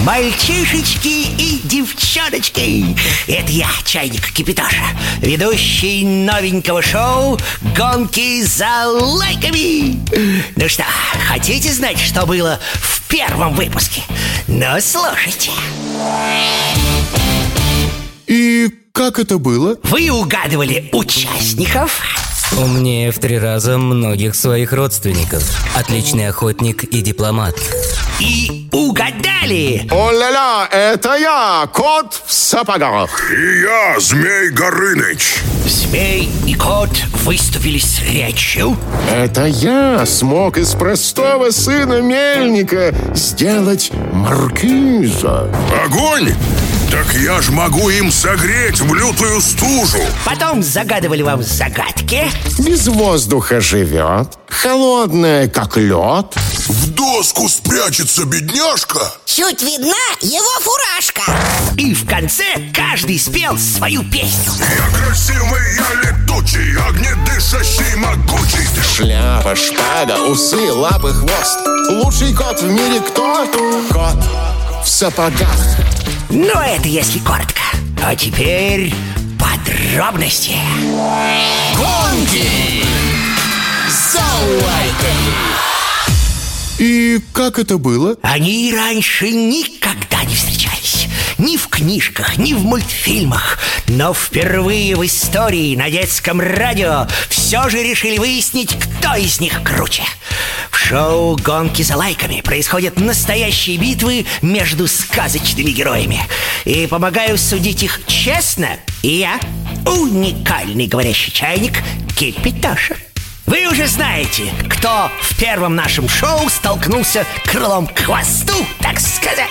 Мальчишечки и девчоночки, это я, Чайник Кипятоша, ведущий новенького шоу «Гонки за лайками». Ну что, хотите знать, что было в первом выпуске? Ну, слушайте. И как это было? Вы угадывали участников. Умнее в 3 раза многих своих родственников. Отличный охотник и дипломат. И угадали. О-ля-ля, это я, кот в сапогах. И я, Змей Горыныч. Змей и кот выступили с речью. Это я смог из простого сына мельника сделать маркиза. Огонь? Так я ж могу им согреть в лютую стужу. Потом загадывали вам загадки. Без воздуха живет, холодная, как лед. В доску спрячется бедняжка. Чуть видна его фуражка. И в конце каждый спел свою песню. Я красивый, я летучий, огнедышащий, могучий. Шляпа, шпага, усы, лапы, хвост. Лучший кот в мире кто? Кот в сапогах. Ну, это если коротко. А теперь подробности. Гонки за лайками. И как это было? Они раньше никогда не встречались. Ни в книжках, ни в мультфильмах. Но впервые в истории на детском радио все же решили выяснить, кто из них круче. В шоу «Гонки за лайками» происходят настоящие битвы между сказочными героями. И помогаю судить их честно я, уникальный говорящий чайник Кипятоша. Вы уже знаете, кто в первом нашем шоу столкнулся крылом к хвосту, так сказать.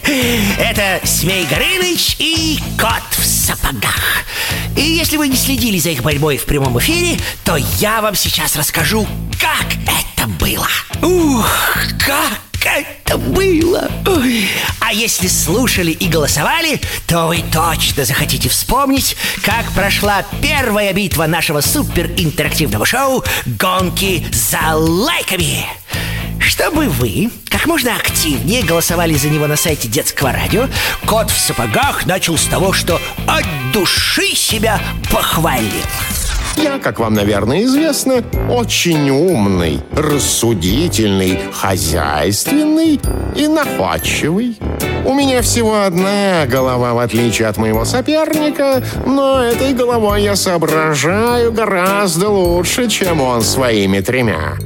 Это Змей Горыныч и кот в сапогах. И если вы не следили за их борьбой в прямом эфире, то я вам сейчас расскажу, как это было. Ух, как это было! Ой. А если слушали и голосовали, то вы точно захотите вспомнить, как прошла первая битва нашего суперинтерактивного шоу «Гонки за лайками». Чтобы вы как можно активнее голосовали за него на сайте детского радио, кот в сапогах начал с того, что от души себя похвалил. Я, как вам, наверное, известно, очень умный, рассудительный, хозяйственный и находчивый. У меня всего одна голова, в отличие от моего соперника, но этой головой я соображаю гораздо лучше, чем он своими 3.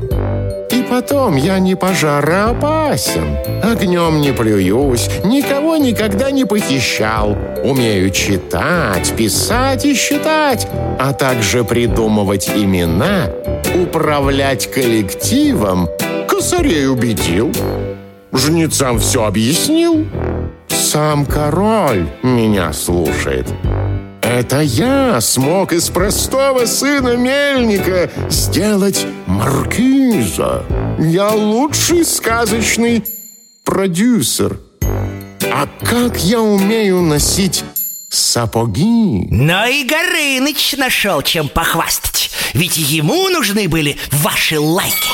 И потом, я не пожароопасен, огнем не плююсь, никого никогда не похищал. Умею читать, писать и считать, а также придумывать имена, управлять коллективом, косарей убедил, жнецам все объяснил. Сам король меня слушает. Это я смог из простого сына мельника сделать маркиза. Я лучший сказочный продюсер. А как я умею носить сапоги? Но и Горыныч нашел чем похвастать. Ведь ему нужны были ваши лайки.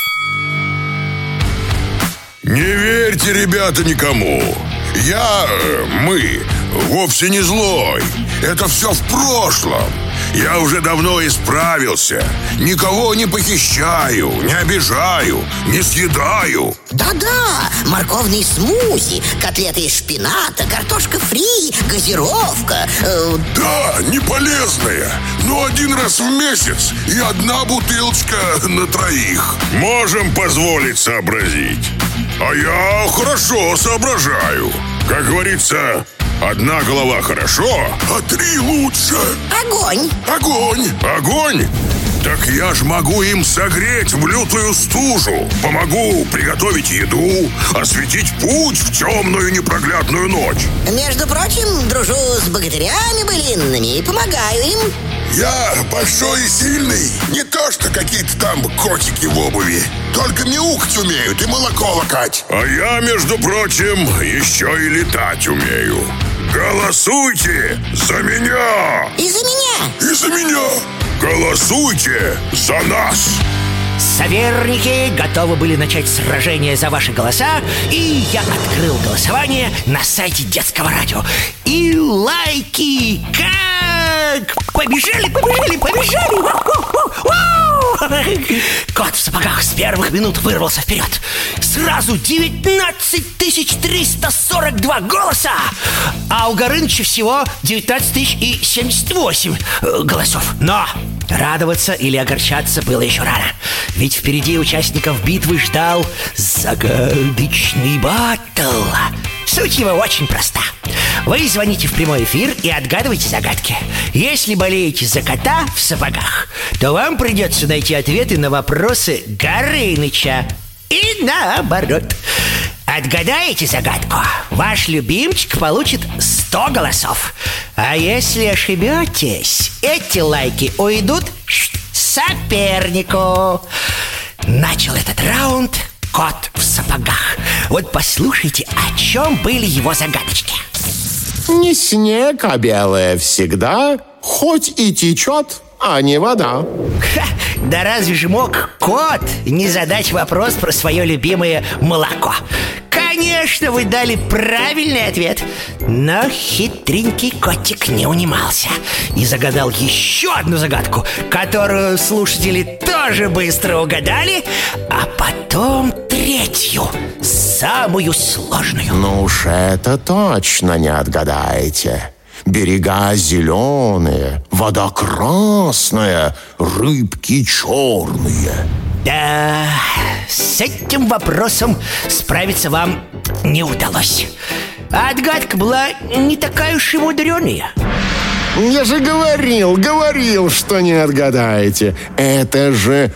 Не верьте, ребята, никому. Мы вовсе не злой. Это все в прошлом. Я уже давно исправился. Никого не похищаю, не обижаю, не съедаю. Да-да, морковный смузи, котлеты из шпината, картошка фри, газировка. Да, не полезная, но 1 раз в месяц и 1 бутылочка на 3. Можем позволить сообразить. А я хорошо соображаю. Как говорится, 1 голова хорошо, а 3 лучше. Огонь! Огонь! Огонь! Так я ж могу им согреть в лютую стужу. Помогу приготовить еду, осветить путь в темную непроглядную ночь. Между прочим, дружу с богатырями былинными и помогаю им. Я большой и сильный, не то что какие-то там котики в обуви. Только мяукать умеют и молоко лакать. А я, между прочим, еще и летать умею. Голосуйте за меня! И за меня! И за меня! Голосуйте за нас! Соперники готовы были начать сражение за ваши голоса, и я открыл голосование на сайте детского радио. И лайки как побежали! Кот в сапогах с первых минут вырвался вперед. Сразу 19 342 голоса, а у Горыныча всего 19 078 голосов. Но радоваться или огорчаться было еще рано, ведь впереди участников битвы ждал загадочный баттл. Суть его очень проста. Вы звоните в прямой эфир и отгадываете загадки. Если болеете за кота в сапогах, то вам придется найти ответы на вопросы Горыныча. И наоборот. Отгадаете загадку, ваш любимчик получит 100 голосов. А если ошибетесь, эти лайки уйдут сопернику. Начал этот раунд кот в сапогах. Вот послушайте, о чем были его загадочки. Не снег, а белое всегда, хоть и течет, а не вода. Ха, да разве же мог кот не задать вопрос про свое любимое молоко? Конечно, вы дали правильный ответ. Но хитренький котик не унимался и загадал еще одну загадку, которую слушатели тоже быстро угадали, а потом третью, самую сложную. Ну уж это точно не отгадаете. Берега зеленые, вода красная, рыбки черные. Да, с этим вопросом справиться вам не удалось. А отгадка была не такая уж и мудреная. Я же говорил, что не отгадаете. Это же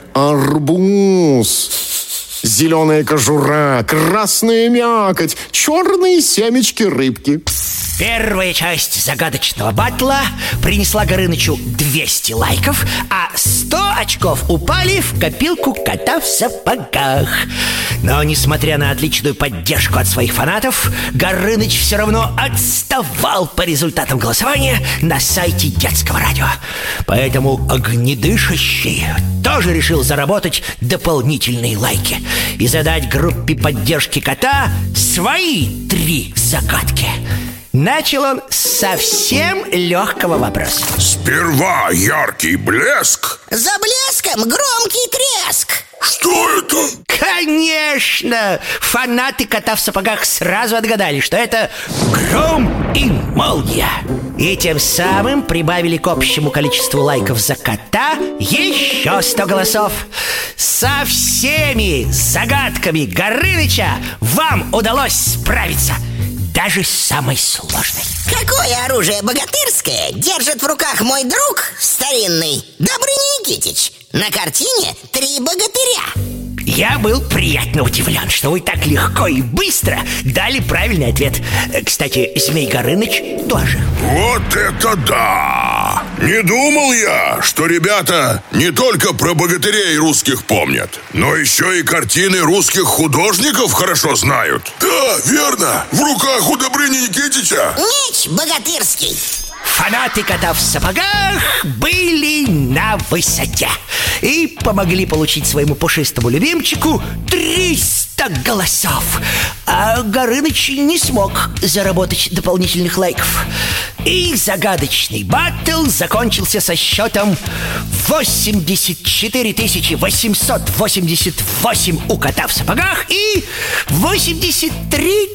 арбуз. Зеленая кожура, красная мякоть, черные семечки рыбки. Первая часть загадочного баттла принесла Горынычу 200 лайков, а 100 очков упали в копилку кота в сапогах. Но, несмотря на отличную поддержку от своих фанатов, Горыныч все равно отставал по результатам голосования на сайте детского радио. Поэтому огнедышащий тоже решил заработать дополнительные лайки и задать группе поддержки кота свои 3 загадки. Начал он с совсем легкого вопроса. Сперва яркий блеск. За блеском громкий треск. Что это? Конечно! Фанаты кота в сапогах сразу отгадали, что это гром и молния. И тем самым прибавили к общему количеству лайков за кота еще 100 голосов. Со всеми загадками Горыныча вам удалось справиться, даже самой сложной. Какое оружие богатырское держит в руках мой друг старинный Добрыня Никитич? На картине 3 богатыря. Я был приятно удивлен, что вы так легко и быстро дали правильный ответ. Кстати, Змей Горыныч тоже. Вот это да! Не думал я, что ребята не только про богатырей русских помнят, но еще и картины русских художников хорошо знают. Да, верно, в руках у Добрыни Никитича. Меч богатырский. Фанаты кота в сапогах были на высоте и помогли получить своему пушистому любимчику 300 голосов. А Горыныч не смог заработать дополнительных лайков. И загадочный баттл закончился со счетом 84 888 у кота в сапогах и 83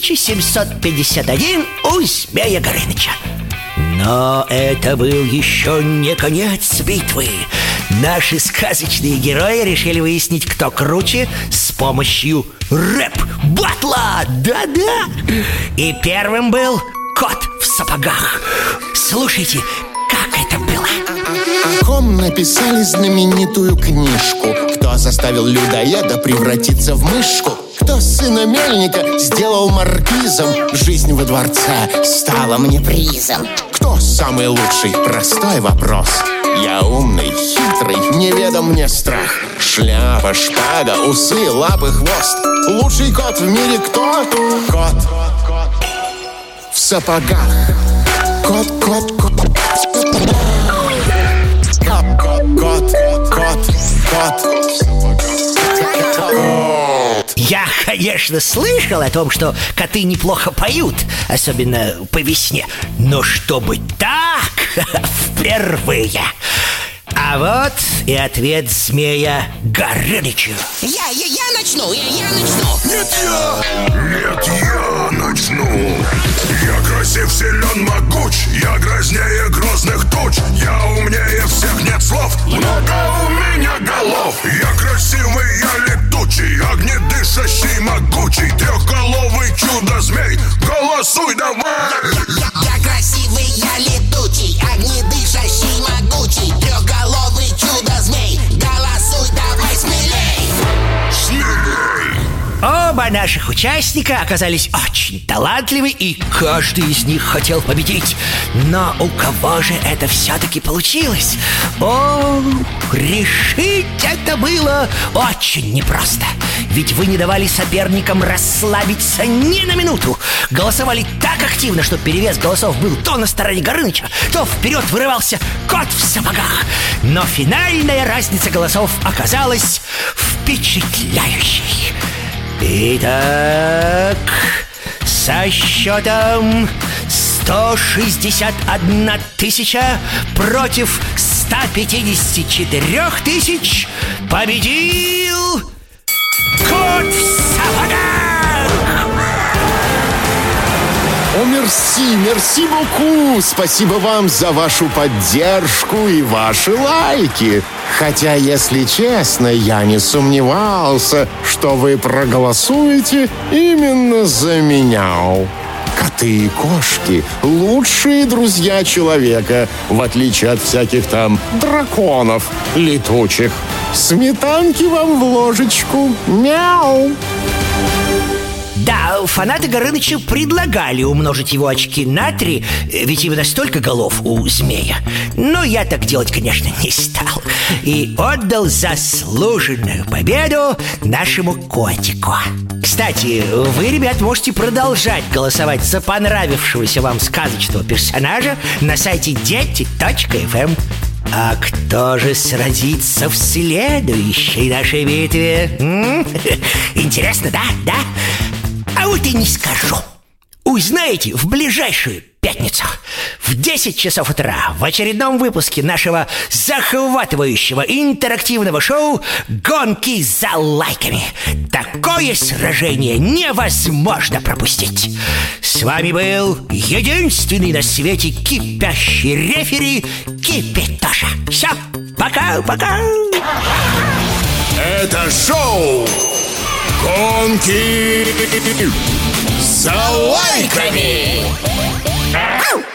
751 у Змея Горыныча. Но это был еще не конец битвы. Наши сказочные герои решили выяснить, кто круче, с помощью рэп-баттла. Да-да. И первым был кот в сапогах. Слушайте, как это было. О ком написали знаменитую книжку? Кто заставил людоеда превратиться в мышку? Кто сына мельника сделал маркизом? Жизнь во дворце стала мне призом. Кто самый лучший? Простой вопрос. Я умный, хитрый, неведом мне страх. Шляпа, шпага, усы, лапы, хвост. Лучший кот в мире кто? Кот в сапогах. Кот, кот, кот. Кот, кот, кот. конечно, слышал о том, что коты неплохо поют, особенно по весне. Но чтобы так, впервые. А вот и ответ змея Горынычу. Я начну. Нет, я начну. Я красив, силен, могуч. Я грознее грозных туч. Я умнее всех, нет слов. Много у меня голов. Я красивый, я летучий. Огнедышащий, могучий. Трехголовый чудо-змей. Голосуй давай. Я красивый, я летучий, огнедышащий, могучий, трехголовый чудо-змей. Голосуй давай смелей. Смелей. Оба наших участника оказались очень талантливы, и каждый из них хотел победить. Но у кого же это все-таки получилось? Решить это было очень непросто. Ведь вы не давали соперникам расслабиться ни на минуту. Голосовали так активно, что перевес голосов был то на стороне Горыныча, то вперед вырывался кот в сапогах. Но финальная разница голосов оказалась впечатляющей. Итак, со счетом 161 тысяча против 154 тысяч победил кот в сапогах! О, мерси боку! Спасибо вам за вашу поддержку и ваши лайки. Хотя, если честно, я не сомневался, что вы проголосуете именно за меня. Коты и кошки — лучшие друзья человека, в отличие от всяких там драконов летучих. Сметанки вам в ложечку. Мяу! Да, фанаты Горыныча предлагали умножить его очки на 3, ведь именно столько голов у змея. Но я так делать, конечно, не стал. И отдал заслуженную победу нашему котику. Кстати, вы, ребят, можете продолжать голосовать за понравившегося вам сказочного персонажа на сайте дети.fm. А кто же сразится в следующей нашей битве? Интересно, да? А вот и не скажу. Узнаете в ближайшую пятницу в 10 часов утра в очередном выпуске нашего захватывающего интерактивного шоу «Гонки за лайками». Такое сражение невозможно пропустить. С вами был единственный на свете кипящий рефери Кипятоша. Все, пока. Это шоу «Гонки за лайками».